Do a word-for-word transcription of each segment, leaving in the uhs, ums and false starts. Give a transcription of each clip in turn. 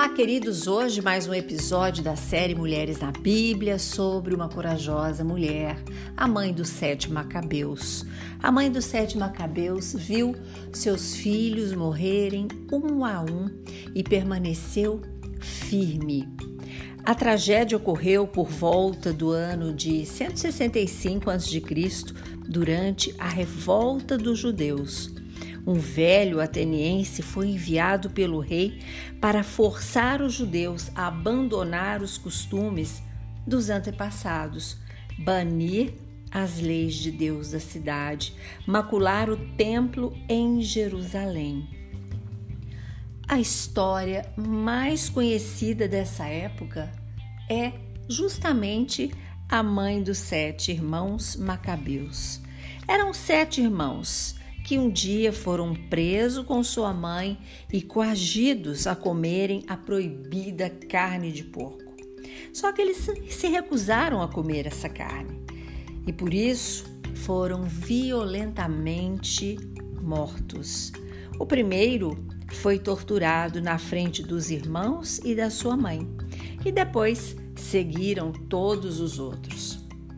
Olá, queridos! Hoje mais um episódio da série Mulheres na Bíblia sobre uma corajosa mulher, a mãe dos sete Macabeus. A mãe dos sete Macabeus viu seus filhos morrerem um a um e permaneceu firme. A tragédia ocorreu por volta do ano de cento e sessenta e cinco antes de Cristo, durante a revolta dos judeus. Um velho ateniense foi enviado pelo rei para forçar os judeus a abandonar os costumes dos antepassados, banir as leis de Deus da cidade, macular o templo em Jerusalém. A história mais conhecida dessa época é justamente a mãe dos sete irmãos Macabeus. Eram sete irmãos que um dia foram presos com sua mãe e coagidos a comerem a proibida carne de porco. Só que eles se recusaram a comer essa carne e por isso foram violentamente mortos. O primeiro foi torturado na frente dos irmãos e da sua mãe e depois seguiram todos os outros.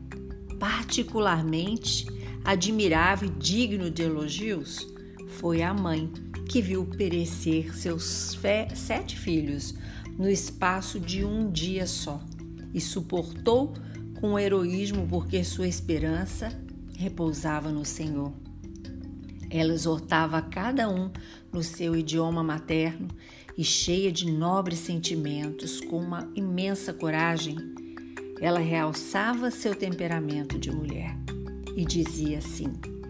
Particularmente admirável e digno de elogios foi a mãe, que viu perecer seus fe- sete filhos no espaço de um dia só e suportou com heroísmo porque sua esperança repousava no Senhor. Ela exortava a cada um no seu idioma materno e cheia de nobres sentimentos, com uma imensa coragem, ela realçava seu temperamento de mulher. E dizia assim: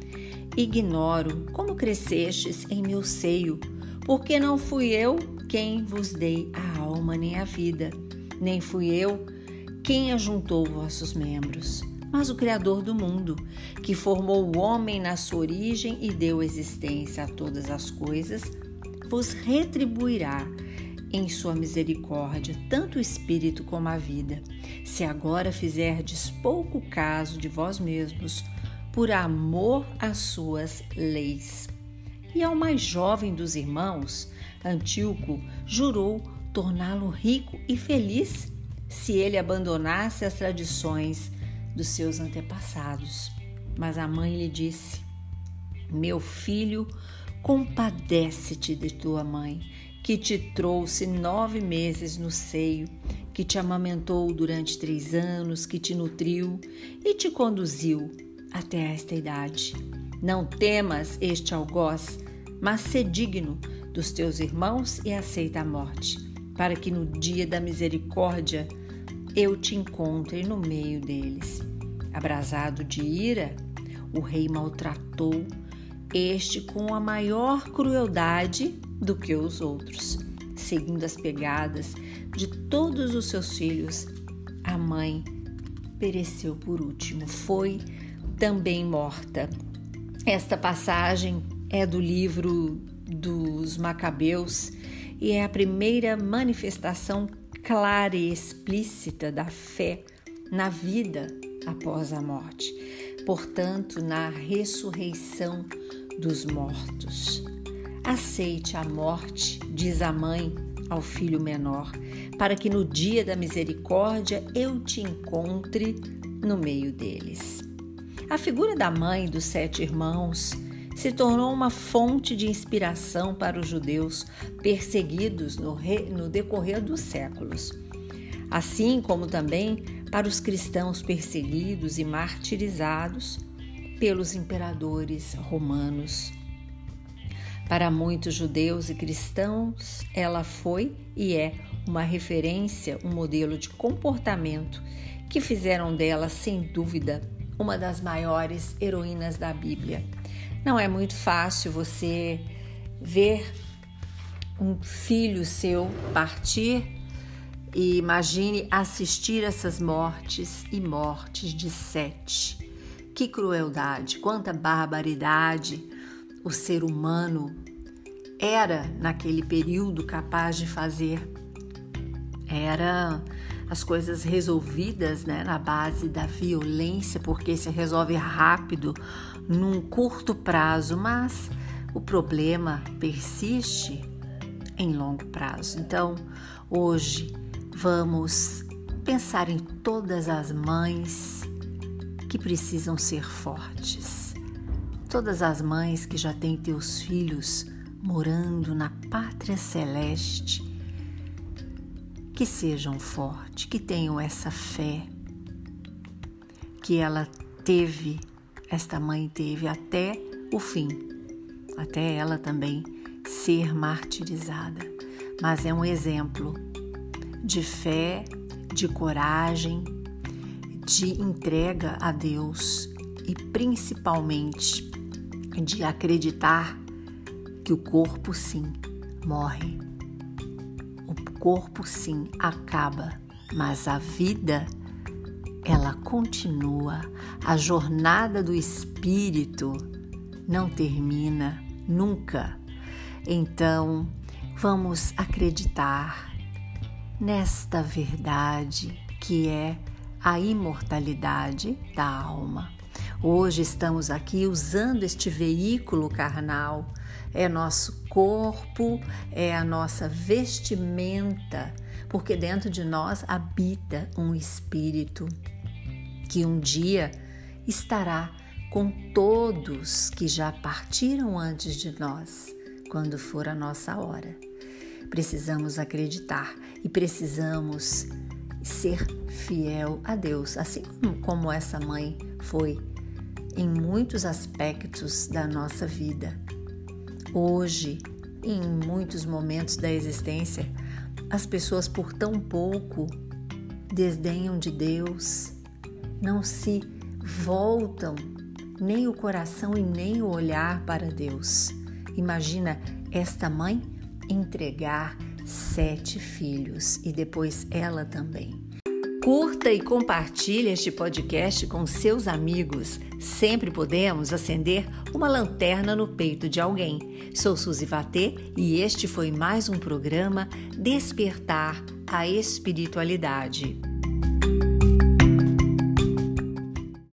ignoro como crescestes em meu seio, porque não fui eu quem vos dei a alma nem a vida, nem fui eu quem ajuntou vossos membros, mas o Criador do mundo, que formou o homem na sua origem e deu existência a todas as coisas, vos retribuirá em sua misericórdia, tanto o espírito como a vida, se agora fizerdes pouco caso de vós mesmos, por amor às suas leis. E ao mais jovem dos irmãos, Antíoco jurou torná-lo rico e feliz se ele abandonasse as tradições dos seus antepassados. Mas a mãe lhe disse: meu filho, compadece-te de tua mãe, que te trouxe nove meses no seio, que te amamentou durante três anos, que te nutriu e te conduziu até esta idade. Não temas este algoz, mas sê digno dos teus irmãos e aceita a morte, para que no dia da misericórdia eu te encontre no meio deles. Abrasado de ira, o rei maltratou este com a maior crueldade do que os outros, seguindo as pegadas de todos os seus filhos. A mãe pereceu por último, foi também morta. Esta passagem é do livro dos Macabeus e é a primeira manifestação clara e explícita da fé na vida após a morte, portanto, na ressurreição dos mortos. Aceite a morte, diz a mãe ao filho menor, para que no dia da misericórdia eu te encontre no meio deles. A figura da mãe dos sete irmãos se tornou uma fonte de inspiração para os judeus perseguidos no, re... no decorrer dos séculos, assim como também para os cristãos perseguidos e martirizados pelos imperadores romanos. Para muitos judeus e cristãos, ela foi e é uma referência, um modelo de comportamento que fizeram dela, sem dúvida, uma das maiores heroínas da Bíblia. Não é muito fácil você ver um filho seu partir e imagine assistir essas mortes e mortes de sete. Que crueldade, quanta barbaridade o ser humano era naquele período capaz de fazer. Era as coisas resolvidas, né, na base da violência, porque se resolve rápido, num curto prazo, mas o problema persiste em longo prazo. Então, hoje vamos pensar em todas as mães que precisam ser fortes, todas as mães que já têm teus filhos morando na pátria celeste, que sejam fortes, que tenham essa fé que ela teve, esta mãe teve até o fim, até ela também ser martirizada. Mas é um exemplo de fé, de coragem, de entrega a Deus e principalmente de acreditar que o corpo sim morre, o corpo sim acaba, mas a vida ela continua. A jornada do espírito não termina nunca. Então, vamos acreditar nesta verdade que é a imortalidade da alma. Hoje estamos aqui usando este veículo carnal, é nosso corpo, é a nossa vestimenta, porque dentro de nós habita um espírito que um dia estará com todos que já partiram antes de nós, quando for a nossa hora. Precisamos acreditar e precisamos ser fiel a Deus, assim como essa mãe foi em muitos aspectos da nossa vida. Hoje, em muitos momentos da existência, as pessoas por tão pouco desdenham de Deus, não se voltam nem o coração e nem o olhar para Deus. Imagina esta mãe entregar sete filhos e depois ela também. Curta e compartilhe este podcast com seus amigos. Sempre podemos acender uma lanterna no peito de alguém. Sou Suzy Vatê e este foi mais um programa Despertar a Espiritualidade.